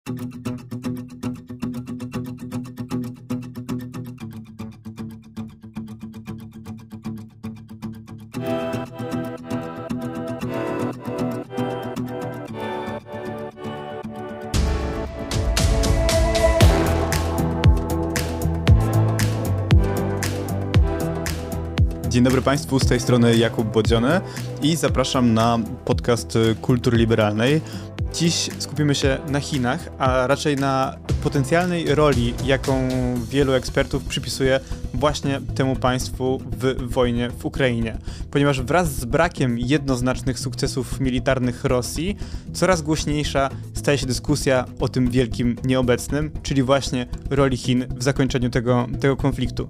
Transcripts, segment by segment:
Dzień dobry Państwu, z tej strony Jakub Bodziony i zapraszam na podcast Kultury Liberalnej. Dziś skupimy się na Chinach, a raczej na potencjalnej roli, jaką wielu ekspertów przypisuje właśnie temu państwu w wojnie w Ukrainie. Ponieważ wraz z brakiem jednoznacznych sukcesów militarnych Rosji, coraz głośniejsza staje się dyskusja o tym wielkim nieobecnym, czyli właśnie roli Chin w zakończeniu tego konfliktu.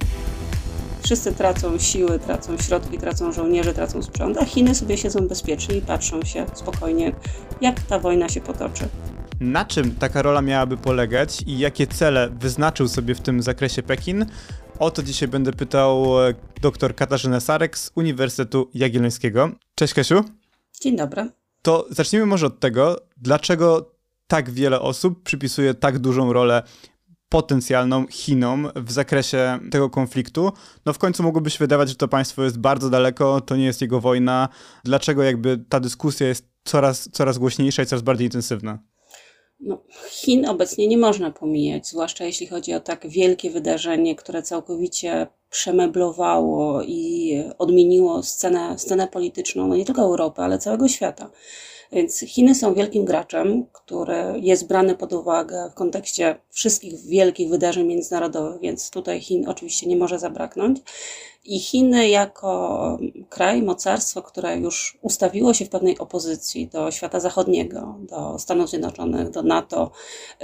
Wszyscy tracą siły, tracą środki, tracą żołnierzy, tracą sprzęt, a Chiny sobie siedzą bezpiecznie i patrzą się spokojnie, jak ta wojna się potoczy. Na czym taka rola miałaby polegać i jakie cele wyznaczył sobie w tym zakresie Pekin? O to dzisiaj będę pytał dr Katarzynę Sarek z Uniwersytetu Jagiellońskiego. Cześć Kasiu. Dzień dobry. To zacznijmy może od tego, dlaczego tak wiele osób przypisuje tak dużą rolę potencjalną Chinom w zakresie tego konfliktu. No w końcu mogłoby się wydawać, że to państwo jest bardzo daleko, to nie jest jego wojna. Dlaczego jakby ta dyskusja jest coraz głośniejsza i coraz bardziej intensywna? No, Chin obecnie nie można pomijać, zwłaszcza jeśli chodzi o tak wielkie wydarzenie, które całkowicie przemeblowało i odmieniło scenę polityczną, no nie tylko Europy, ale całego świata. Więc Chiny są wielkim graczem, który jest brany pod uwagę w kontekście wszystkich wielkich wydarzeń międzynarodowych, więc tutaj Chin oczywiście nie może zabraknąć. I Chiny jako kraj, mocarstwo, które już ustawiło się w pewnej opozycji do świata zachodniego, do Stanów Zjednoczonych, do NATO,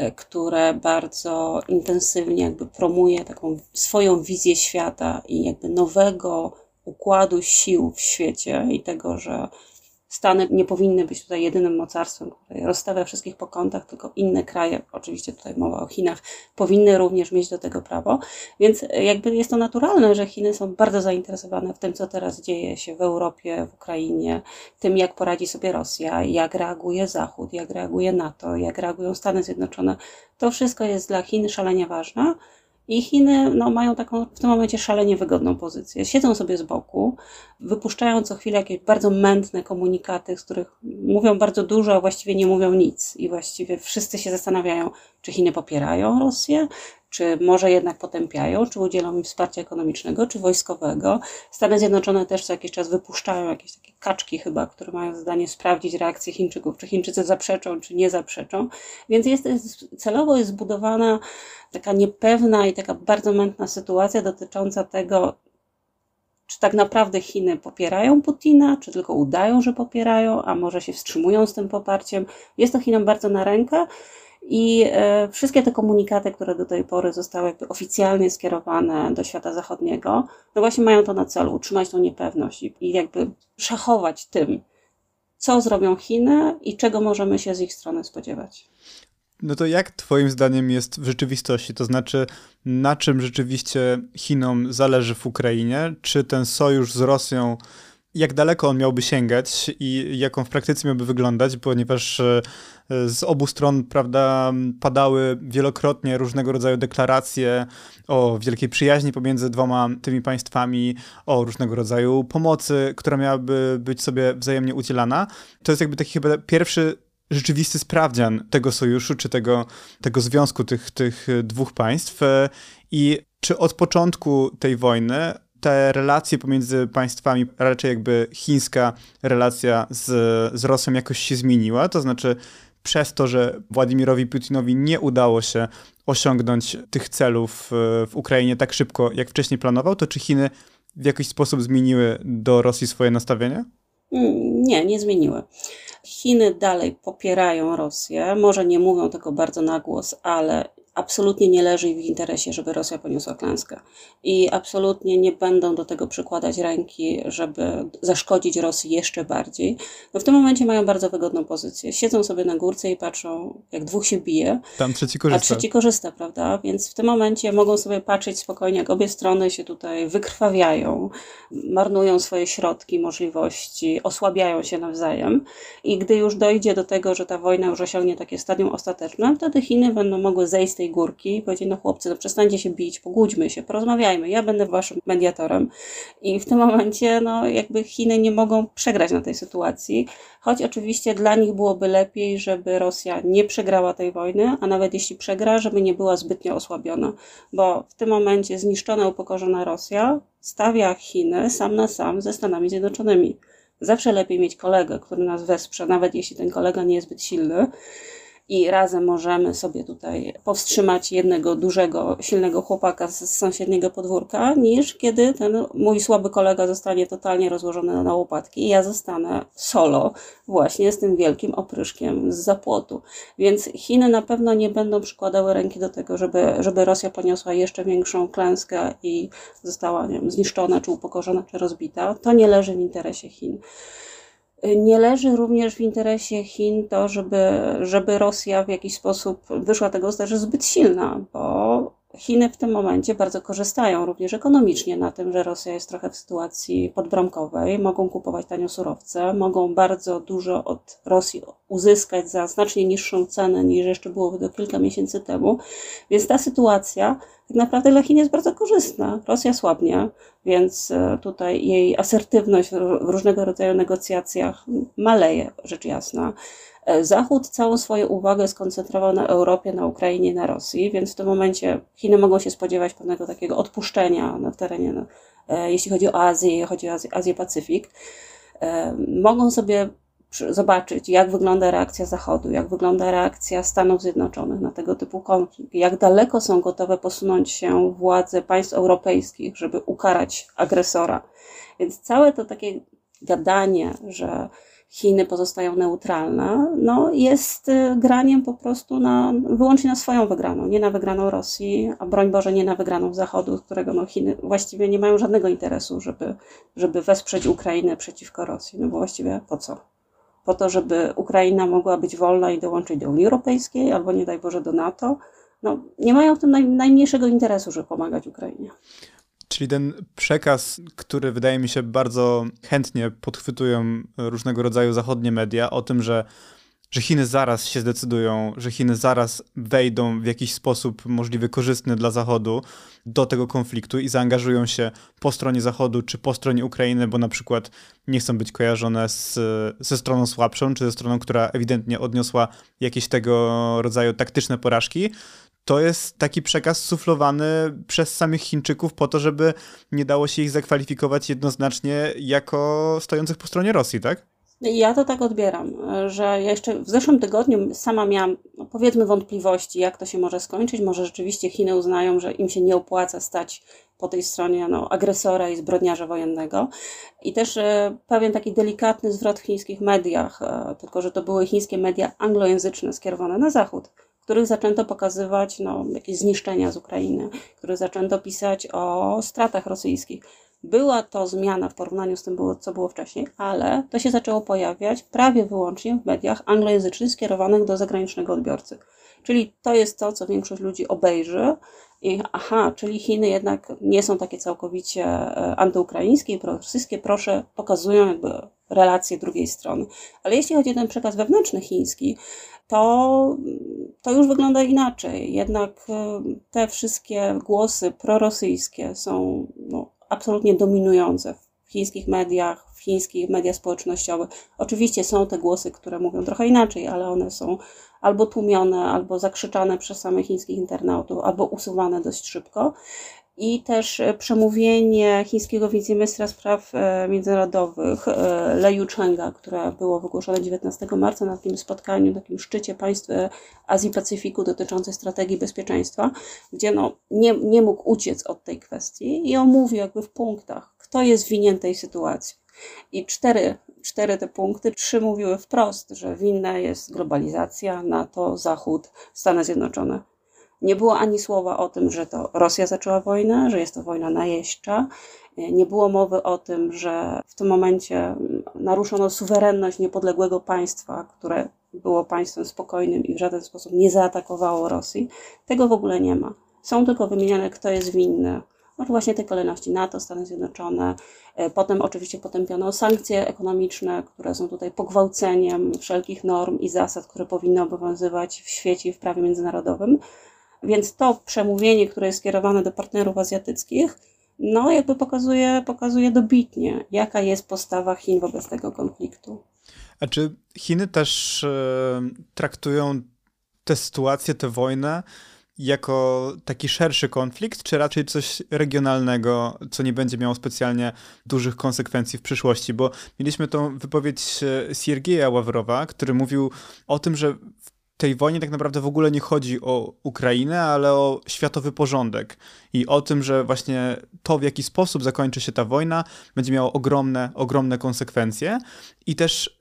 które bardzo intensywnie jakby promuje taką swoją wizję świata i jakby nowego układu sił w świecie i tego, że Stany nie powinny być tutaj jedynym mocarstwem, które rozstawia wszystkich po kątach, tylko inne kraje, oczywiście tutaj mowa o Chinach, powinny również mieć do tego prawo. Więc jakby jest to naturalne, że Chiny są bardzo zainteresowane w tym, co teraz dzieje się w Europie, w Ukrainie, tym, jak poradzi sobie Rosja, jak reaguje Zachód, jak reaguje NATO, jak reagują Stany Zjednoczone. To wszystko jest dla Chin szalenie ważne. I Chiny mają taką w tym momencie szalenie wygodną pozycję. Siedzą sobie z boku, wypuszczają co chwilę jakieś bardzo mętne komunikaty, z których mówią bardzo dużo, a właściwie nie mówią nic. I właściwie wszyscy się zastanawiają, czy Chiny popierają Rosję, czy może jednak potępiają, czy udzielą im wsparcia ekonomicznego, czy wojskowego. Stany Zjednoczone też co jakiś czas wypuszczają jakieś takie kaczki chyba, które mają zadanie sprawdzić reakcję Chińczyków, czy Chińczycy zaprzeczą, czy nie zaprzeczą. Więc celowo jest zbudowana taka niepewna i taka bardzo mętna sytuacja dotycząca tego, czy tak naprawdę Chiny popierają Putina, czy tylko udają, że popierają, a może się wstrzymują z tym poparciem. Jest to Chinom bardzo na rękę. I wszystkie te komunikaty, które do tej pory zostały jakby oficjalnie skierowane do świata zachodniego, no właśnie mają to na celu, utrzymać tą niepewność i jakby szachować tym, co zrobią Chiny i czego możemy się z ich strony spodziewać. No to jak twoim zdaniem jest w rzeczywistości? To znaczy, na czym rzeczywiście Chinom zależy w Ukrainie? Czy ten sojusz z Rosją, jak daleko on miałby sięgać i jak on w praktyce miałby wyglądać, ponieważ z obu stron, prawda, padały wielokrotnie różnego rodzaju deklaracje o wielkiej przyjaźni pomiędzy dwoma tymi państwami, o różnego rodzaju pomocy, która miałaby być sobie wzajemnie udzielana. To jest jakby taki chyba pierwszy rzeczywisty sprawdzian tego sojuszu, czy tego związku tych dwóch państw. I czy od początku tej wojny te relacje pomiędzy państwami, raczej jakby chińska relacja z Rosją jakoś się zmieniła? To znaczy przez to, że Władimirowi Putinowi nie udało się osiągnąć tych celów w Ukrainie tak szybko, jak wcześniej planował, to czy Chiny w jakiś sposób zmieniły do Rosji swoje nastawienie? Nie zmieniły. Chiny dalej popierają Rosję, może nie mówią tego bardzo na głos, ale absolutnie nie leży w interesie, żeby Rosja poniosła klęskę. I absolutnie nie będą do tego przykładać ręki, żeby zaszkodzić Rosji jeszcze bardziej. No w tym momencie mają bardzo wygodną pozycję. Siedzą sobie na górce i patrzą, jak dwóch się bije, Tam trzeci a korzysta. trzeci korzysta, prawda? Więc w tym momencie mogą sobie patrzeć spokojnie, jak obie strony się tutaj wykrwawiają, marnują swoje środki, możliwości, osłabiają się nawzajem. I gdy już dojdzie do tego, że ta wojna już osiągnie takie stadium ostateczne, wtedy Chiny będą mogły zejść z tej górki i powiedzieć, no chłopcy, no przestańcie się bić, pogódźmy się, porozmawiajmy, ja będę waszym mediatorem. I w tym momencie, no jakby Chiny nie mogą przegrać na tej sytuacji, choć oczywiście dla nich byłoby lepiej, żeby Rosja nie przegrała tej wojny, a nawet jeśli przegra, żeby nie była zbytnio osłabiona, bo w tym momencie zniszczona, upokorzona Rosja stawia Chiny sam na sam ze Stanami Zjednoczonymi. Zawsze lepiej mieć kolegę, który nas wesprze, nawet jeśli ten kolega nie jest zbyt silny, i razem możemy sobie tutaj powstrzymać jednego dużego, silnego chłopaka z sąsiedniego podwórka, niż kiedy ten mój słaby kolega zostanie totalnie rozłożony na łopatki i ja zostanę solo właśnie z tym wielkim opryszkiem z zapłotu. Więc Chiny na pewno nie będą przykładały ręki do tego, żeby Rosja poniosła jeszcze większą klęskę i została, nie wiem, zniszczona, czy upokorzona, czy rozbita. To nie leży w interesie Chin. Nie leży również w interesie Chin to, żeby Rosja w jakiś sposób wyszła tego też zbyt silna, bo Chiny w tym momencie bardzo korzystają również ekonomicznie na tym, że Rosja jest trochę w sytuacji podbramkowej, mogą kupować tanio surowce, mogą bardzo dużo od Rosji uzyskać za znacznie niższą cenę niż jeszcze było do kilka miesięcy temu, więc ta sytuacja tak naprawdę dla Chin jest bardzo korzystna. Rosja słabnie, więc tutaj jej asertywność w różnego rodzaju negocjacjach maleje, rzecz jasna. Zachód całą swoją uwagę skoncentrował na Europie, na Ukrainie, na Rosji, więc w tym momencie Chiny mogą się spodziewać pewnego takiego odpuszczenia na terenie, jeśli chodzi o Azję, chodzi o Azję-Pacyfik. Mogą sobie zobaczyć, jak wygląda reakcja Zachodu, jak wygląda reakcja Stanów Zjednoczonych na tego typu konflikt, jak daleko są gotowe posunąć się władze państw europejskich, żeby ukarać agresora. Więc całe to takie gadanie, że Chiny pozostają neutralne, no jest graniem po prostu wyłącznie na swoją wygraną, nie na wygraną Rosji, a broń Boże nie na wygraną Zachodu, z którego no Chiny właściwie nie mają żadnego interesu, żeby wesprzeć Ukrainę przeciwko Rosji, no bo właściwie po co? Po to, żeby Ukraina mogła być wolna i dołączyć do Unii Europejskiej, albo nie daj Boże do NATO. No, nie mają w tym najmniejszego interesu, żeby pomagać Ukrainie. Czyli ten przekaz, który wydaje mi się bardzo chętnie podchwytują różnego rodzaju zachodnie media o tym, że Chiny zaraz się zdecydują, że Chiny zaraz wejdą w jakiś sposób możliwie korzystny dla Zachodu do tego konfliktu i zaangażują się po stronie Zachodu czy po stronie Ukrainy, bo na przykład nie chcą być kojarzone ze stroną słabszą, czy ze stroną, która ewidentnie odniosła jakieś tego rodzaju taktyczne porażki. To jest taki przekaz suflowany przez samych Chińczyków po to, żeby nie dało się ich zakwalifikować jednoznacznie jako stojących po stronie Rosji, tak? Ja to tak odbieram, że ja jeszcze w zeszłym tygodniu sama miałam, no powiedzmy, wątpliwości, jak to się może skończyć. Może rzeczywiście Chiny uznają, że im się nie opłaca stać po tej stronie agresora i zbrodniarza wojennego. I też pewien taki delikatny zwrot w chińskich mediach, tylko że to były chińskie media anglojęzyczne skierowane na Zachód, w których zaczęto pokazywać jakieś zniszczenia z Ukrainy, w których zaczęto pisać o stratach rosyjskich. Była to zmiana w porównaniu z tym, co było wcześniej, ale to się zaczęło pojawiać prawie wyłącznie w mediach anglojęzycznych skierowanych do zagranicznego odbiorcy. Czyli to jest to, co większość ludzi obejrzy i czyli Chiny jednak nie są takie całkowicie antyukraińskie i prorosyjskie, proszę, pokazują jakby relacje drugiej strony. Ale jeśli chodzi o ten przekaz wewnętrzny chiński, to już wygląda inaczej. Jednak te wszystkie głosy prorosyjskie są absolutnie dominujące w chińskich mediach społecznościowych. Oczywiście są te głosy, które mówią trochę inaczej, ale one są albo tłumione, albo zakrzyczane przez samych chińskich internautów, albo usuwane dość szybko. I też przemówienie chińskiego wiceministra spraw międzynarodowych Le Yuchenga, które było wygłoszone 19 marca na takim spotkaniu, takim szczycie państw Azji Pacyfiku dotyczącej strategii bezpieczeństwa, gdzie nie mógł uciec od tej kwestii i omówił jakby w punktach, kto jest winien tej sytuacji. I cztery te punkty, 3 mówiły wprost, że winna jest globalizacja, NATO, Zachód, Stany Zjednoczone. Nie było ani słowa o tym, że to Rosja zaczęła wojnę, że jest to wojna najeźdźcza. Nie było mowy o tym, że w tym momencie naruszono suwerenność niepodległego państwa, które było państwem spokojnym i w żaden sposób nie zaatakowało Rosji. Tego w ogóle nie ma. Są tylko wymienione, kto jest winny. No to właśnie te kolejności NATO, Stany Zjednoczone. Potem oczywiście potępiono sankcje ekonomiczne, które są tutaj pogwałceniem wszelkich norm i zasad, które powinny obowiązywać w świecie i w prawie międzynarodowym. Więc to przemówienie, które jest skierowane do partnerów azjatyckich, no jakby pokazuje dobitnie, jaka jest postawa Chin wobec tego konfliktu. A czy Chiny też traktują tę sytuację, tę wojnę jako taki szerszy konflikt, czy raczej coś regionalnego, co nie będzie miało specjalnie dużych konsekwencji w przyszłości? Bo mieliśmy tą wypowiedź Siergieja Ławrowa, który mówił o tym, że w tej wojnie tak naprawdę w ogóle nie chodzi o Ukrainę, ale o światowy porządek i o tym, że właśnie to, w jaki sposób zakończy się ta wojna, będzie miało ogromne konsekwencje i też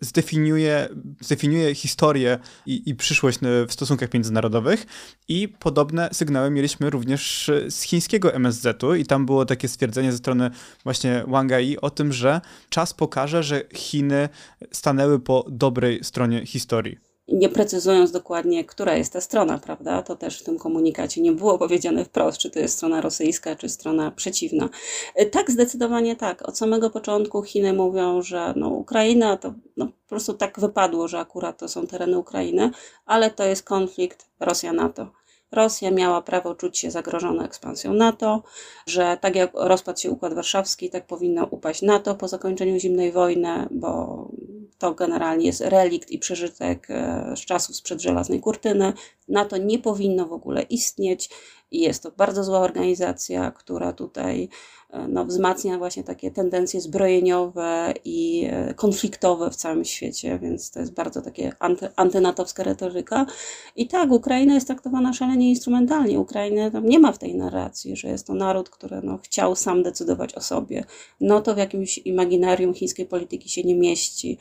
zdefiniuje historię i przyszłość w stosunkach międzynarodowych. I podobne sygnały mieliśmy również z chińskiego MSZ-u i tam było takie stwierdzenie ze strony właśnie Wanga Yi o tym, że czas pokaże, że Chiny stanęły po dobrej stronie historii. Nie precyzując dokładnie, która jest ta strona, prawda? To też w tym komunikacie nie było powiedziane wprost, czy to jest strona rosyjska, czy strona przeciwna. Tak, zdecydowanie tak. Od samego początku Chiny mówią, że Ukraina to po prostu tak wypadło, że akurat to są tereny Ukrainy, ale to jest konflikt Rosja-NATO. Rosja miała prawo czuć się zagrożona ekspansją NATO, że tak jak rozpadł się Układ Warszawski, tak powinno upaść NATO po zakończeniu zimnej wojny, bo to generalnie jest relikt i przeżytek z czasów sprzed żelaznej kurtyny. NATO nie powinno w ogóle istnieć i jest to bardzo zła organizacja, która tutaj wzmacnia właśnie takie tendencje zbrojeniowe i konfliktowe w całym świecie, więc to jest bardzo takie antynatowska retoryka. I tak, Ukraina jest traktowana szalenie instrumentalnie. Ukrainy tam nie ma w tej narracji, że jest to naród, który chciał sam decydować o sobie. No to w jakimś imaginarium chińskiej polityki się nie mieści,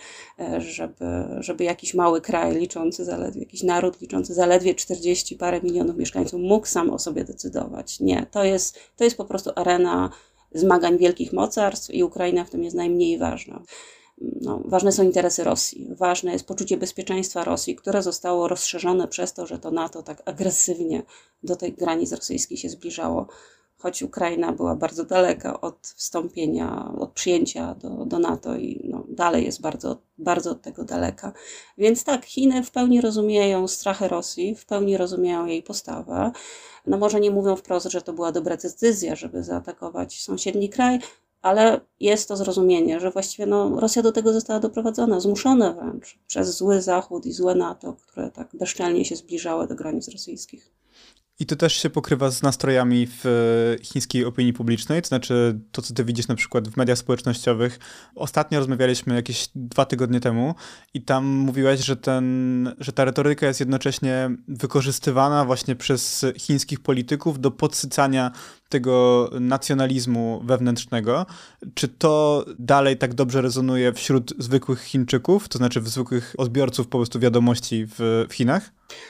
żeby jakiś mały kraj jakiś naród liczący zaledwie 40 parę milionów mieszkańców mógł sam o sobie decydować. Nie, to jest po prostu arena zmagań wielkich mocarstw i Ukraina w tym jest najmniej ważna. Ważne są interesy Rosji, ważne jest poczucie bezpieczeństwa Rosji, które zostało rozszerzone przez to, że to NATO tak agresywnie do tych granic rosyjskich się zbliżało, choć Ukraina była bardzo daleka od wstąpienia, od przyjęcia do NATO i dalej jest bardzo, bardzo od tego daleka. Więc tak, Chiny w pełni rozumieją strachy Rosji, w pełni rozumieją jej postawę. Może nie mówią wprost, że to była dobra decyzja, żeby zaatakować sąsiedni kraj, ale jest to zrozumienie, że właściwie Rosja do tego została doprowadzona, zmuszona wręcz przez zły Zachód i złe NATO, które tak bezczelnie się zbliżały do granic rosyjskich. I to też się pokrywa z nastrojami w chińskiej opinii publicznej, to znaczy to, co ty widzisz na przykład w mediach społecznościowych. Ostatnio rozmawialiśmy jakieś 2 tygodnie temu i tam mówiłaś, że ta retoryka jest jednocześnie wykorzystywana właśnie przez chińskich polityków do podsycania tego nacjonalizmu wewnętrznego. Czy to dalej tak dobrze rezonuje wśród zwykłych Chińczyków, to znaczy w zwykłych odbiorców po prostu wiadomości w Chinach?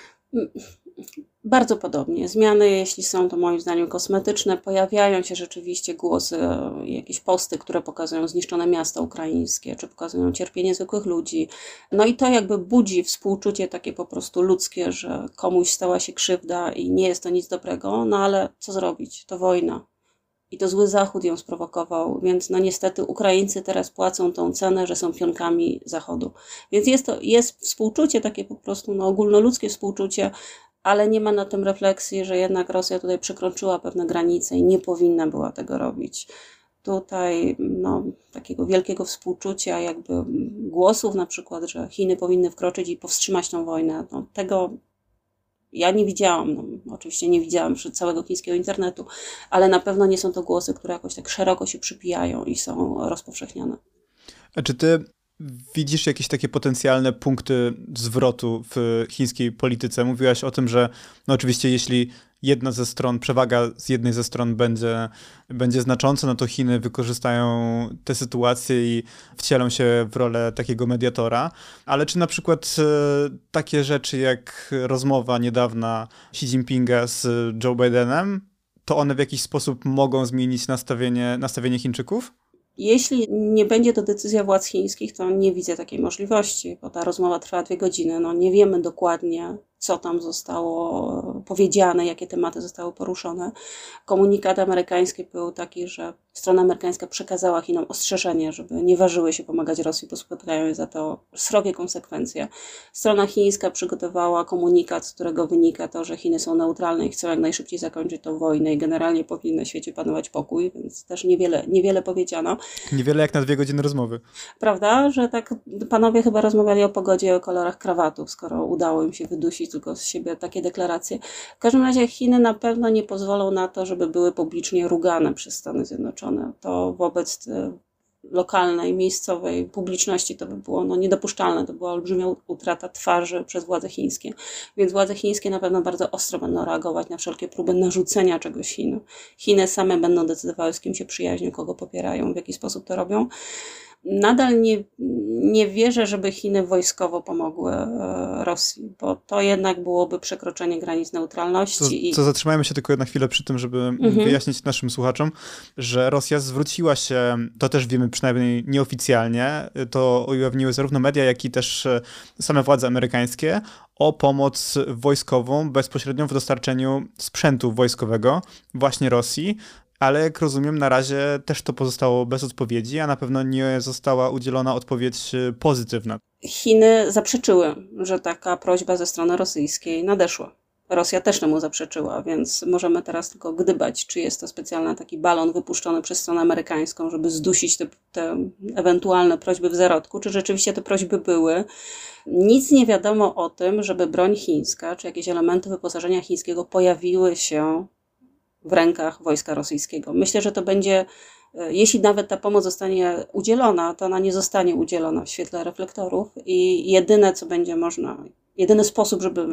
Bardzo podobnie. Zmiany, jeśli są, to moim zdaniem kosmetyczne. Pojawiają się rzeczywiście głosy, jakieś posty, które pokazują zniszczone miasta ukraińskie, czy pokazują cierpienie zwykłych ludzi. I to jakby budzi współczucie takie po prostu ludzkie, że komuś stała się krzywda i nie jest to nic dobrego, ale co zrobić? To wojna. I to zły Zachód ją sprowokował, więc niestety Ukraińcy teraz płacą tą cenę, że są pionkami Zachodu. Więc jest współczucie, takie po prostu ogólnoludzkie współczucie, ale nie ma na tym refleksji, że jednak Rosja tutaj przekroczyła pewne granice i nie powinna była tego robić. Tutaj takiego wielkiego współczucia, jakby głosów na przykład, że Chiny powinny wkroczyć i powstrzymać tą wojnę, tego ja nie widziałam. Oczywiście nie widziałam całego chińskiego internetu, ale na pewno nie są to głosy, które jakoś tak szeroko się przypijają i są rozpowszechniane. A czy ty widzisz jakieś takie potencjalne punkty zwrotu w chińskiej polityce? Mówiłaś o tym, że no oczywiście jeśli jedna ze stron, przewaga z jednej ze stron będzie znacząca, no to Chiny wykorzystają tę sytuację i wcielą się w rolę takiego mediatora. Ale czy na przykład takie rzeczy jak rozmowa niedawna Xi Jinpinga z Joe Bidenem, to one w jakiś sposób mogą zmienić nastawienie Chińczyków? Jeśli nie będzie to decyzja władz chińskich, to nie widzę takiej możliwości, bo ta rozmowa trwała 2 godziny. No nie wiemy dokładnie, co tam zostało powiedziane, jakie tematy zostały poruszone. Komunikat amerykański był taki, że strona amerykańska przekazała Chinom ostrzeżenie, żeby nie ważyły się pomagać Rosji, bo spotkają je za to srogie konsekwencje. Strona chińska przygotowała komunikat, z którego wynika to, że Chiny są neutralne i chcą jak najszybciej zakończyć tę wojnę i generalnie powinien na świecie panować pokój, więc też niewiele powiedziano. Niewiele jak na 2 godziny rozmowy. Prawda, że tak panowie chyba rozmawiali o pogodzie i o kolorach krawatów, skoro udało im się wydusić tylko z siebie takie deklaracje. W każdym razie Chiny na pewno nie pozwolą na to, żeby były publicznie rugane przez Stany Zjednoczone. To wobec lokalnej, miejscowej publiczności to by było niedopuszczalne. To była olbrzymia utrata twarzy przez władze chińskie. Więc władze chińskie na pewno bardzo ostro będą reagować na wszelkie próby narzucenia czegoś Chinom. Chiny same będą decydowały, z kim się przyjaźnią, kogo popierają, w jaki sposób to robią. Nadal nie wierzę, żeby Chiny wojskowo pomogły Rosji, bo to jednak byłoby przekroczenie granic neutralności. To zatrzymajmy się tylko na chwilę przy tym, żeby wyjaśnić naszym słuchaczom, że Rosja zwróciła się, to też wiemy przynajmniej nieoficjalnie, to ujawniły zarówno media, jak i też same władze amerykańskie, o pomoc wojskową bezpośrednio w dostarczeniu sprzętu wojskowego właśnie Rosji. Ale jak rozumiem, na razie też to pozostało bez odpowiedzi, a na pewno nie została udzielona odpowiedź pozytywna. Chiny zaprzeczyły, że taka prośba ze strony rosyjskiej nadeszła. Rosja też temu zaprzeczyła, więc możemy teraz tylko gdybać, czy jest to specjalny taki balon wypuszczony przez stronę amerykańską, żeby zdusić te ewentualne prośby w zarodku, czy rzeczywiście te prośby były. Nic nie wiadomo o tym, żeby broń chińska, czy jakieś elementy wyposażenia chińskiego pojawiły się w rękach wojska rosyjskiego. Myślę, że to będzie, jeśli nawet ta pomoc zostanie udzielona, to ona nie zostanie udzielona w świetle reflektorów i jedyne, co będzie można, jedyny sposób, żeby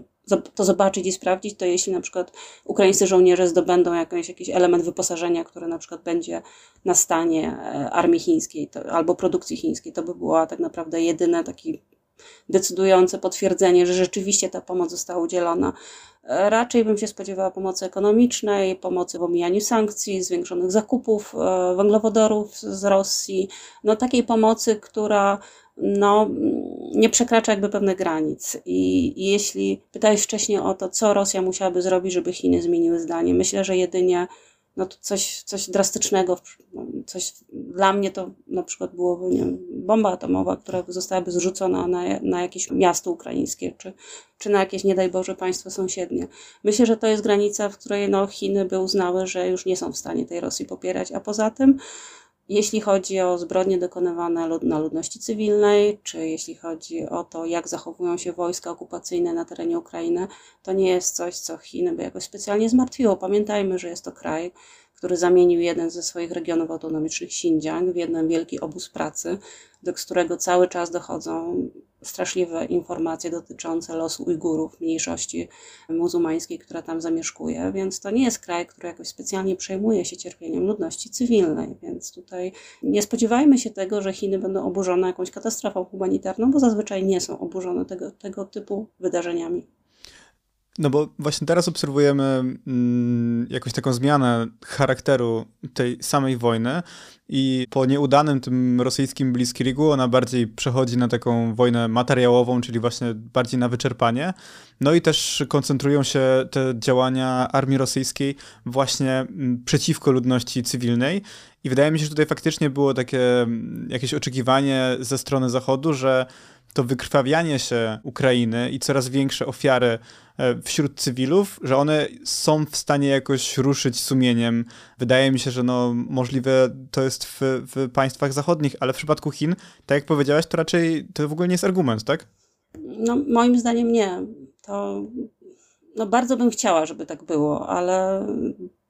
to zobaczyć i sprawdzić, to jeśli na przykład ukraińscy żołnierze zdobędą jakiś element wyposażenia, który na przykład będzie na stanie armii chińskiej albo produkcji chińskiej, to by była tak naprawdę jedyne takie decydujące potwierdzenie, że rzeczywiście ta pomoc została udzielona. Raczej bym się spodziewała pomocy ekonomicznej, pomocy w omijaniu sankcji, zwiększonych zakupów węglowodorów z Rosji, takiej pomocy, która nie przekracza pewnych granic. I jeśli pytałeś wcześniej o to, co Rosja musiałaby zrobić, żeby Chiny zmieniły zdanie, myślę, że jedynie to coś drastycznego, coś dla mnie to na przykład byłoby, bomba atomowa, która zostałaby zrzucona na jakieś miasto ukraińskie, czy na jakieś, nie daj Boże, państwo sąsiednie. Myślę, że to jest granica, w której Chiny by uznały, że już nie są w stanie tej Rosji popierać, a poza tym jeśli chodzi o zbrodnie dokonywane na ludności cywilnej, czy jeśli chodzi o to, jak zachowują się wojska okupacyjne na terenie Ukrainy, to nie jest coś, co Chiny by jakoś specjalnie zmartwiło. Pamiętajmy, że jest to kraj, który zamienił jeden ze swoich regionów autonomicznych, Xinjiang, w jeden wielki obóz pracy, do którego cały czas dochodzą straszliwe informacje dotyczące losu Ujgurów, mniejszości muzułmańskiej, która tam zamieszkuje, więc to nie jest kraj, który jakoś specjalnie przejmuje się cierpieniem ludności cywilnej, więc tutaj nie spodziewajmy się tego, że Chiny będą oburzone jakąś katastrofą humanitarną, bo zazwyczaj nie są oburzone tego typu wydarzeniami. No bo właśnie teraz obserwujemy jakąś taką zmianę charakteru tej samej wojny i po nieudanym tym rosyjskim Blitzkriegu ona bardziej przechodzi na taką wojnę materiałową, czyli właśnie bardziej na wyczerpanie. No i też koncentrują się te działania armii rosyjskiej właśnie przeciwko ludności cywilnej. I wydaje mi się, że tutaj faktycznie było takie jakieś oczekiwanie ze strony Zachodu, że to wykrwawianie się Ukrainy i coraz większe ofiary wśród cywilów, że one są w stanie jakoś ruszyć sumieniem. Wydaje mi się, że możliwe to jest w państwach zachodnich, ale w przypadku Chin, tak jak powiedziałaś, to raczej to w ogóle nie jest argument, tak? Moim zdaniem nie. To bardzo bym chciała, żeby tak było, ale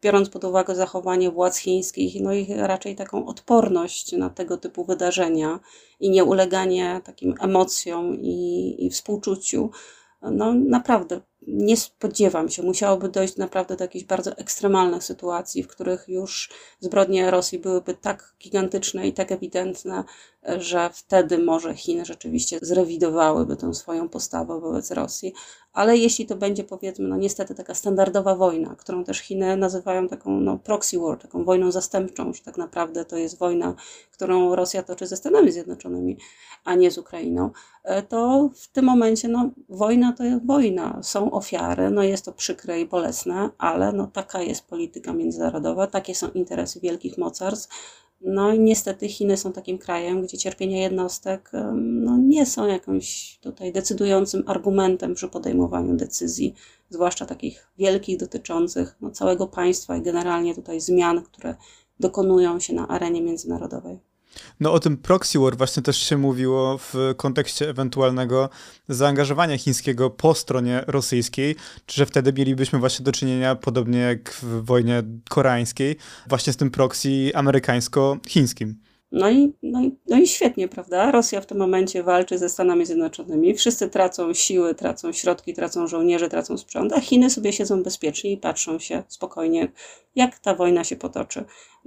biorąc pod uwagę zachowanie władz chińskich, no i raczej taką odporność na tego typu wydarzenia i nieuleganie takim emocjom i współczuciu, no naprawdę nie spodziewam się. Musiałoby dojść naprawdę do jakichś bardzo ekstremalnych sytuacji, w których już zbrodnie Rosji byłyby tak gigantyczne i tak ewidentne, że wtedy może Chiny rzeczywiście zrewidowałyby tę swoją postawę wobec Rosji. Ale jeśli to będzie, powiedzmy, no niestety taka standardowa wojna, którą też Chiny nazywają taką proxy war, taką wojną zastępczą, że tak naprawdę to jest wojna, którą Rosja toczy ze Stanami Zjednoczonymi, a nie z Ukrainą, to w tym momencie wojna to jest wojna. Są ofiary, jest to przykre i bolesne, ale taka jest polityka międzynarodowa, takie są interesy wielkich mocarstw. No i niestety Chiny są takim krajem, gdzie cierpienia jednostek nie są jakimś tutaj decydującym argumentem przy podejmowaniu decyzji, zwłaszcza takich wielkich, dotyczących całego państwa i generalnie tutaj zmian, które dokonują się na arenie międzynarodowej. O tym proxy war właśnie też się mówiło w kontekście ewentualnego zaangażowania chińskiego po stronie rosyjskiej, że wtedy mielibyśmy właśnie do czynienia, podobnie jak w wojnie koreańskiej, właśnie z tym proxy amerykańsko-chińskim. No i świetnie, prawda? Rosja w tym momencie walczy ze Stanami Zjednoczonymi. Wszyscy tracą siły, tracą środki, tracą żołnierzy, tracą sprzęt, a Chiny sobie siedzą bezpiecznie i patrzą się spokojnie, jak ta wojna się potoczy.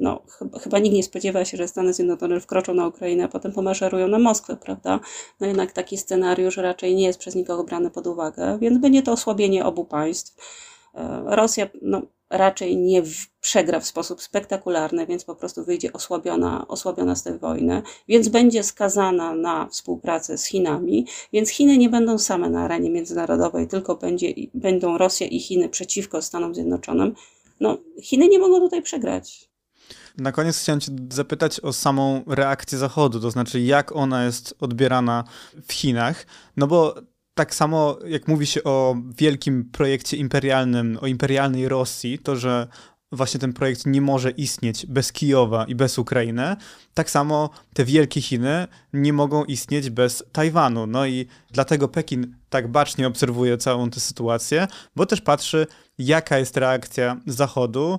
Chyba nikt nie spodziewa się, że Stany Zjednoczone wkroczą na Ukrainę, a potem pomaszerują na Moskwę, prawda? Jednak taki scenariusz raczej nie jest przez nikogo brany pod uwagę, więc będzie to osłabienie obu państw. Rosja raczej nie przegra w sposób spektakularny, więc po prostu wyjdzie osłabiona z tej wojny, więc będzie skazana na współpracę z Chinami, więc Chiny nie będą same na arenie międzynarodowej, tylko będą Rosja i Chiny przeciwko Stanom Zjednoczonym. Chiny nie mogą tutaj przegrać. Na koniec chciałem cię zapytać o samą reakcję Zachodu, to znaczy jak ona jest odbierana w Chinach, bo tak samo jak mówi się o wielkim projekcie imperialnym, o imperialnej Rosji, to że właśnie ten projekt nie może istnieć bez Kijowa i bez Ukrainy, tak samo te wielkie Chiny nie mogą istnieć bez Tajwanu. I dlatego Pekin tak bacznie obserwuje całą tę sytuację, bo też patrzy, jaka jest reakcja Zachodu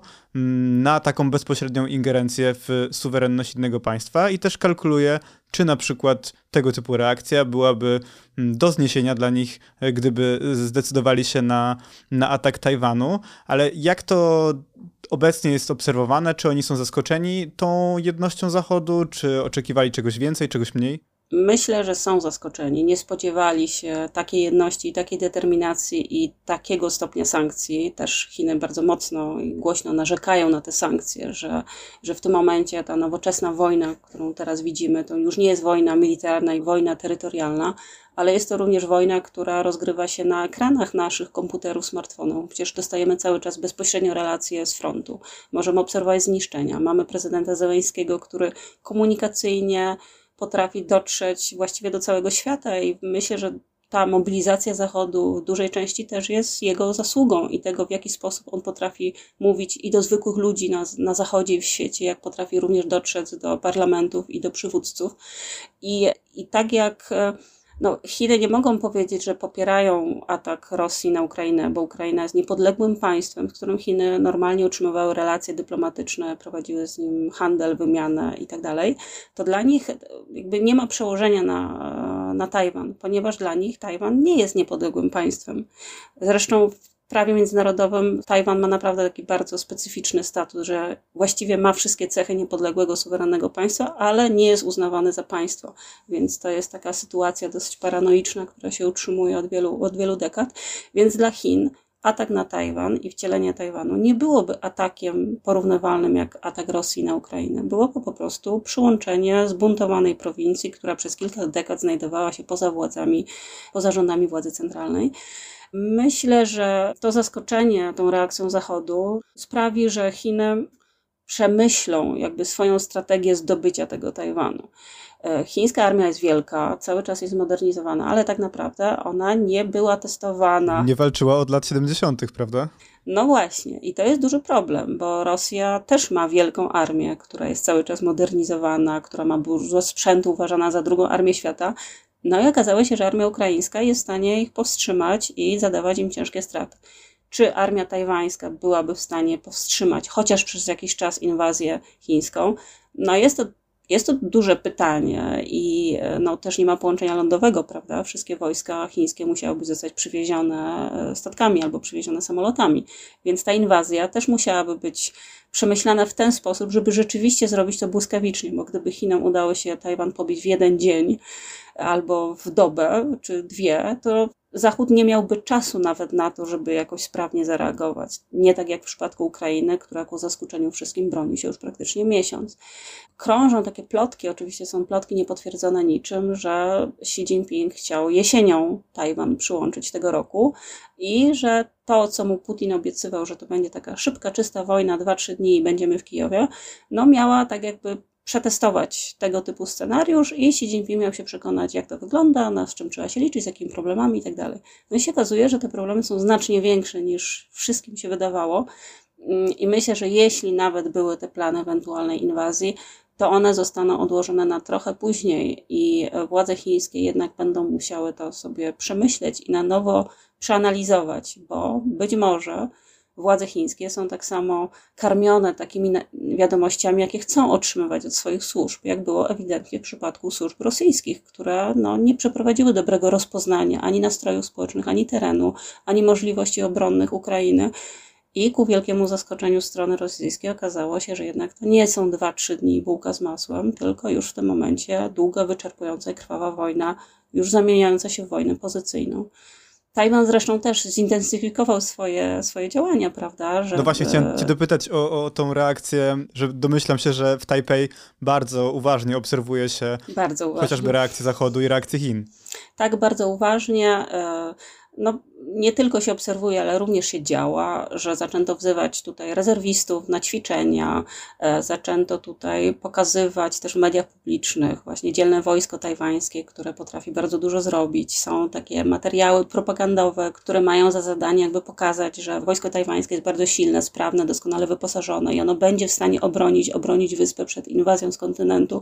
na taką bezpośrednią ingerencję w suwerenność innego państwa i też kalkuluje, czy na przykład tego typu reakcja byłaby do zniesienia dla nich, gdyby zdecydowali się na atak Tajwanu. Ale jak to obecnie jest obserwowane? Czy oni są zaskoczeni tą jednością Zachodu? Czy oczekiwali czegoś więcej, czegoś mniej? Myślę, że są zaskoczeni. Nie spodziewali się takiej jedności, takiej determinacji i takiego stopnia sankcji. Też Chiny bardzo mocno i głośno narzekają na te sankcje, że w tym momencie ta nowoczesna wojna, którą teraz widzimy, to już nie jest wojna militarna i wojna terytorialna, ale jest to również wojna, która rozgrywa się na ekranach naszych komputerów, smartfonów. Przecież dostajemy cały czas bezpośrednio relacje z frontu. Możemy obserwować zniszczenia. Mamy prezydenta Zełenskiego, który komunikacyjnie potrafi dotrzeć właściwie do całego świata i myślę, że ta mobilizacja Zachodu w dużej części też jest jego zasługą i tego, w jaki sposób on potrafi mówić i do zwykłych ludzi na Zachodzie i w świecie, jak potrafi również dotrzeć do parlamentów i do przywódców. I tak jak Chiny nie mogą powiedzieć, że popierają atak Rosji na Ukrainę, bo Ukraina jest niepodległym państwem, z którym Chiny normalnie utrzymywały relacje dyplomatyczne, prowadziły z nim handel, wymianę i tak dalej, to dla nich jakby nie ma przełożenia na Tajwan, ponieważ dla nich Tajwan nie jest niepodległym państwem. Zresztą w prawie międzynarodowym Tajwan ma naprawdę taki bardzo specyficzny status, że właściwie ma wszystkie cechy niepodległego, suwerennego państwa, ale nie jest uznawany za państwo. Więc to jest taka sytuacja dosyć paranoiczna, która się utrzymuje od wielu dekad. Więc dla Chin atak na Tajwan i wcielenie Tajwanu nie byłoby atakiem porównywalnym jak atak Rosji na Ukrainę. Byłoby po prostu przyłączenie zbuntowanej prowincji, która przez kilka dekad znajdowała się poza rządami władzy centralnej. Myślę, że to zaskoczenie tą reakcją Zachodu sprawi, że Chiny przemyślą jakby swoją strategię zdobycia tego Tajwanu. Chińska armia jest wielka, cały czas jest modernizowana, ale tak naprawdę ona nie była testowana. Nie walczyła od lat 70., prawda? No właśnie, i to jest duży problem, bo Rosja też ma wielką armię, która jest cały czas modernizowana, która ma dużo sprzętu, uważana za drugą armię świata. I okazało się, że armia ukraińska jest w stanie ich powstrzymać i zadawać im ciężkie straty. czy armia tajwańska byłaby w stanie powstrzymać chociaż przez jakiś czas inwazję chińską. No jest to duże pytanie i no, też nie ma połączenia lądowego, prawda? Wszystkie wojska chińskie musiałyby zostać przywiezione statkami albo przywiezione samolotami, więc ta inwazja też musiałaby być przemyślana w ten sposób, żeby rzeczywiście zrobić to błyskawicznie, bo gdyby Chinom udało się Tajwan pobić w jeden dzień albo w dobę czy dwie, to Zachód nie miałby czasu nawet na to, żeby jakoś sprawnie zareagować. Nie tak jak w przypadku Ukrainy, która ku zaskoczeniu wszystkim broni się już praktycznie miesiąc. Krążą takie plotki, oczywiście są plotki niepotwierdzone niczym, że Xi Jinping chciał jesienią Tajwan przyłączyć tego roku i że to, co mu Putin obiecywał, że to będzie taka szybka, czysta wojna, 2-3 dni i będziemy w Kijowie, no miała tak jakby przetestować tego typu scenariusz i Xi Jinping miał się przekonać, jak to wygląda, z czym trzeba się liczyć, z jakimi problemami i tak dalej. No i się okazuje, że te problemy są znacznie większe niż wszystkim się wydawało i myślę, że jeśli nawet były te plany ewentualnej inwazji, to one zostaną odłożone na trochę później i władze chińskie jednak będą musiały to sobie przemyśleć i na nowo przeanalizować, bo być może władze chińskie są tak samo karmione takimi wiadomościami, jakie chcą otrzymywać od swoich służb, jak było ewidentnie w przypadku służb rosyjskich, które nie przeprowadziły dobrego rozpoznania ani nastrojów społecznych, ani terenu, ani możliwości obronnych Ukrainy. I ku wielkiemu zaskoczeniu strony rosyjskiej okazało się, że jednak to nie są 2-3 dni bułka z masłem, tylko już w tym momencie długa, wyczerpująca i krwawa wojna, już zamieniająca się w wojnę pozycyjną. Tajwan zresztą też zintensyfikował swoje działania, prawda? No właśnie, chciałem cię dopytać o tą reakcję, że domyślam się, że w Tajpej bardzo uważnie obserwuje się chociażby reakcję Zachodu i reakcję Chin. Tak, bardzo uważnie. No, nie tylko się obserwuje, ale również się działa, że zaczęto wzywać tutaj rezerwistów na ćwiczenia, zaczęto tutaj pokazywać też w mediach publicznych właśnie dzielne wojsko tajwańskie, które potrafi bardzo dużo zrobić. Są takie materiały propagandowe, które mają za zadanie jakby pokazać, że wojsko tajwańskie jest bardzo silne, sprawne, doskonale wyposażone i ono będzie w stanie obronić wyspę przed inwazją z kontynentu.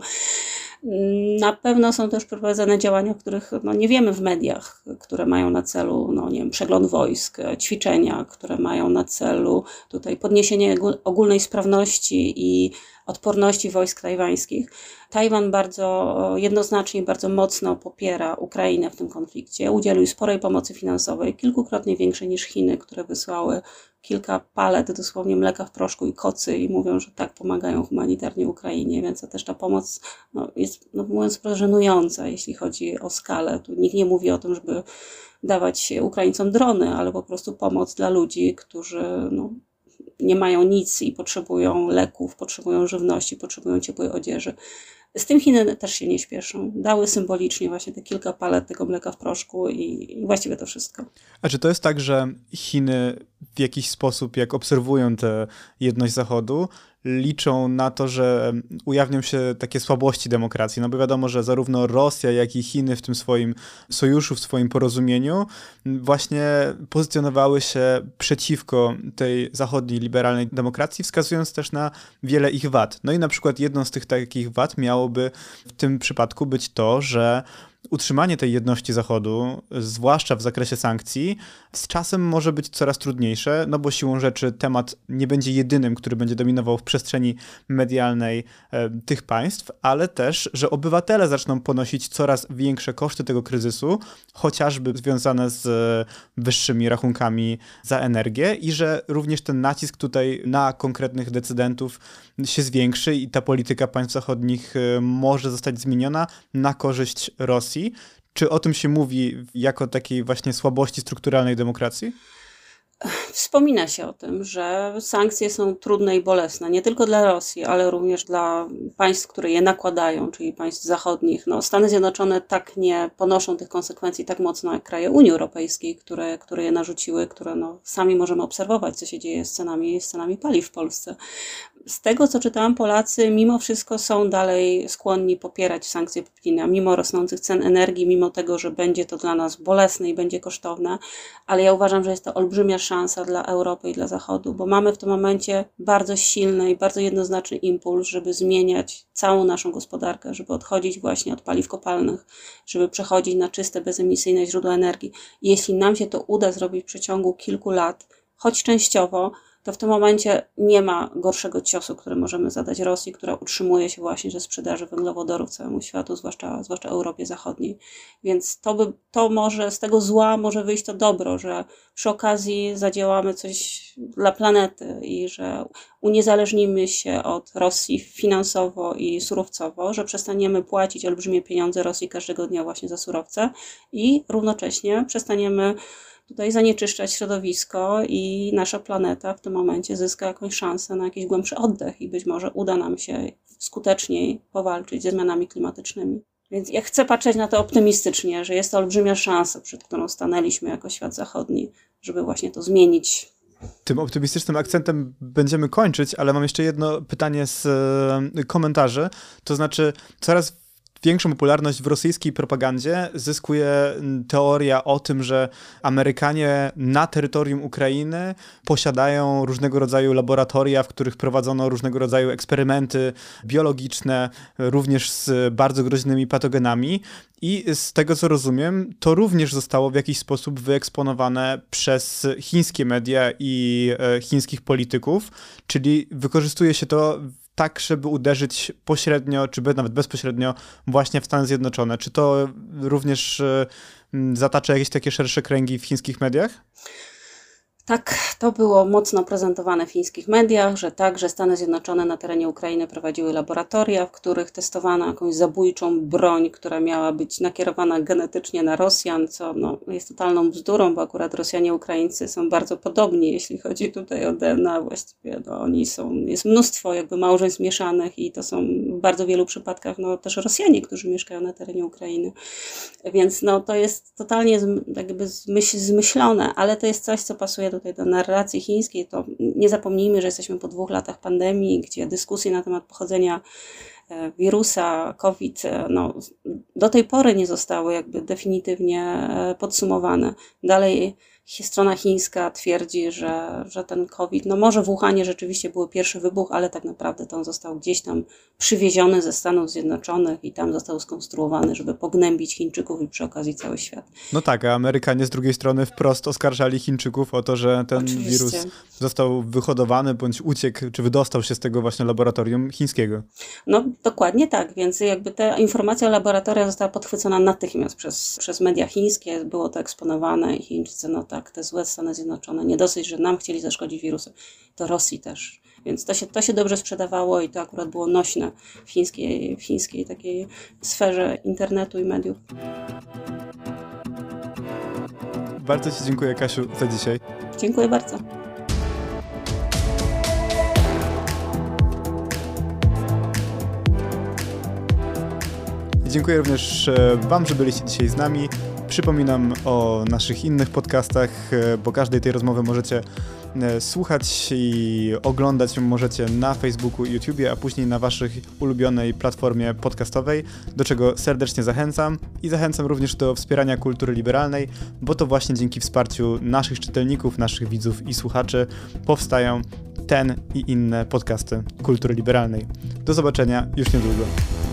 Na pewno są też prowadzone działania, o których nie wiemy w mediach, które mają na celu, nie wiem, przegląd wojsk, ćwiczenia, które mają na celu tutaj podniesienie ogólnej sprawności i odporności wojsk tajwańskich. Tajwan bardzo jednoznacznie, bardzo mocno popiera Ukrainę w tym konflikcie. Udzielił sporej pomocy finansowej, kilkukrotnie większej niż Chiny, które wysłały kilka palet dosłownie mleka w proszku i kocy i mówią, że tak pomagają humanitarnie Ukrainie, więc to też ta pomoc jest, mówiąc wprost, żenująca, jeśli chodzi o skalę. Tu nikt nie mówi o tym, żeby dawać Ukraińcom drony, ale po prostu pomoc dla ludzi, którzy nie mają nic i potrzebują leków, potrzebują żywności, potrzebują ciepłej odzieży. Z tym Chiny też się nie śpieszą. Dały symbolicznie właśnie te kilka palet tego mleka w proszku i właściwie to wszystko. A czy to jest tak, że Chiny w jakiś sposób, jak obserwują tę jedność Zachodu, liczą na to, że ujawnią się takie słabości demokracji? No bo wiadomo, że zarówno Rosja, jak i Chiny w tym swoim sojuszu, w swoim porozumieniu właśnie pozycjonowały się przeciwko tej zachodniej liberalnej demokracji, wskazując też na wiele ich wad. No i na przykład jedną z tych takich wad miałoby w tym przypadku być to, że utrzymanie tej jedności Zachodu, zwłaszcza w zakresie sankcji, z czasem może być coraz trudniejsze, no bo siłą rzeczy temat nie będzie jedynym, który będzie dominował w przestrzeni medialnej tych państw, ale też, że obywatele zaczną ponosić coraz większe koszty tego kryzysu, chociażby związane z wyższymi rachunkami za energię i że również ten nacisk tutaj na konkretnych decydentów się zwiększy i ta polityka państw zachodnich może zostać zmieniona na korzyść Rosji. Czy o tym się mówi jako takiej właśnie słabości strukturalnej demokracji? Wspomina się o tym, że sankcje są trudne i bolesne, nie tylko dla Rosji, ale również dla państw, które je nakładają, czyli państw zachodnich. Stany Zjednoczone tak nie ponoszą tych konsekwencji tak mocno jak kraje Unii Europejskiej, które je narzuciły, które sami możemy obserwować, co się dzieje z cenami paliw w Polsce. Z tego, co czytałam, Polacy mimo wszystko są dalej skłonni popierać sankcje Putina, mimo rosnących cen energii, mimo tego, że będzie to dla nas bolesne i będzie kosztowne, ale ja uważam, że jest to olbrzymia szansa dla Europy i dla Zachodu, bo mamy w tym momencie bardzo silny i bardzo jednoznaczny impuls, żeby zmieniać całą naszą gospodarkę, żeby odchodzić właśnie od paliw kopalnych, żeby przechodzić na czyste, bezemisyjne źródła energii. Jeśli nam się to uda zrobić w przeciągu kilku lat, choć częściowo, to w tym momencie nie ma gorszego ciosu, który możemy zadać Rosji, która utrzymuje się właśnie ze sprzedaży węglowodorów całemu światu, zwłaszcza Europie Zachodniej. Więc to może z tego zła może wyjść to dobro, że przy okazji zadziałamy coś dla planety i że uniezależnimy się od Rosji finansowo i surowcowo, że przestaniemy płacić olbrzymie pieniądze Rosji każdego dnia właśnie za surowce i równocześnie przestaniemy tutaj zanieczyszczać środowisko i nasza planeta w tym momencie zyska jakąś szansę na jakiś głębszy oddech i być może uda nam się skuteczniej powalczyć ze zmianami klimatycznymi. Więc ja chcę patrzeć na to optymistycznie, że jest to olbrzymia szansa, przed którą stanęliśmy jako świat zachodni, żeby właśnie to zmienić. Tym optymistycznym akcentem będziemy kończyć, ale mam jeszcze jedno pytanie z komentarzy, to znaczy coraz większą popularność w rosyjskiej propagandzie zyskuje teoria o tym, że Amerykanie na terytorium Ukrainy posiadają różnego rodzaju laboratoria, w których prowadzono różnego rodzaju eksperymenty biologiczne, również z bardzo groźnymi patogenami. I z tego, co rozumiem, to również zostało w jakiś sposób wyeksponowane przez chińskie media i chińskich polityków, czyli wykorzystuje się to tak, żeby uderzyć pośrednio, czy nawet bezpośrednio właśnie w Stany Zjednoczone. Czy to również zatacza jakieś takie szersze kręgi w chińskich mediach? Tak, to było mocno prezentowane w chińskich mediach, że Stany Zjednoczone na terenie Ukrainy prowadziły laboratoria, w których testowano jakąś zabójczą broń, która miała być nakierowana genetycznie na Rosjan, co jest totalną bzdurą, bo akurat Rosjanie i Ukraińcy są bardzo podobni, jeśli chodzi tutaj o DNA. Właściwie jest mnóstwo jakby małżeństw mieszanych i to są w bardzo wielu przypadkach też Rosjanie, którzy mieszkają na terenie Ukrainy. Więc to jest totalnie jakby zmyślone, ale to jest coś, co pasuje tutaj do narracji chińskiej. To nie zapomnijmy, że jesteśmy po 2 latach pandemii, gdzie dyskusje na temat pochodzenia wirusa COVID do tej pory nie zostały jakby definitywnie podsumowane. Dalej strona chińska twierdzi, że ten COVID, może w Wuhanie rzeczywiście był pierwszy wybuch, ale tak naprawdę to on został gdzieś tam przywieziony ze Stanów Zjednoczonych i tam został skonstruowany, żeby pognębić Chińczyków i przy okazji cały świat. No tak, a Amerykanie z drugiej strony wprost oskarżali Chińczyków o to, że ten wirus został wyhodowany bądź uciekł, czy wydostał się z tego właśnie laboratorium chińskiego. Dokładnie tak, więc jakby ta informacja o laboratoriach została podchwycona natychmiast przez media chińskie, było to eksponowane i Chińczycy, te złe Stany Zjednoczone, nie dosyć, że nam chcieli zaszkodzić wirusem, to Rosji też. Więc to się dobrze sprzedawało i to akurat było nośne w chińskiej takiej sferze internetu i mediów. Bardzo Ci dziękuję, Kasiu, za dzisiaj. Dziękuję bardzo. Dziękuję również Wam, że byliście dzisiaj z nami. Przypominam o naszych innych podcastach, bo każdej tej rozmowy możecie słuchać i oglądać ją możecie na Facebooku i YouTubie, a później na Waszej ulubionej platformie podcastowej, do czego serdecznie zachęcam i zachęcam również do wspierania kultury liberalnej, bo to właśnie dzięki wsparciu naszych czytelników, naszych widzów i słuchaczy powstają ten i inne podcasty kultury liberalnej. Do zobaczenia już niedługo.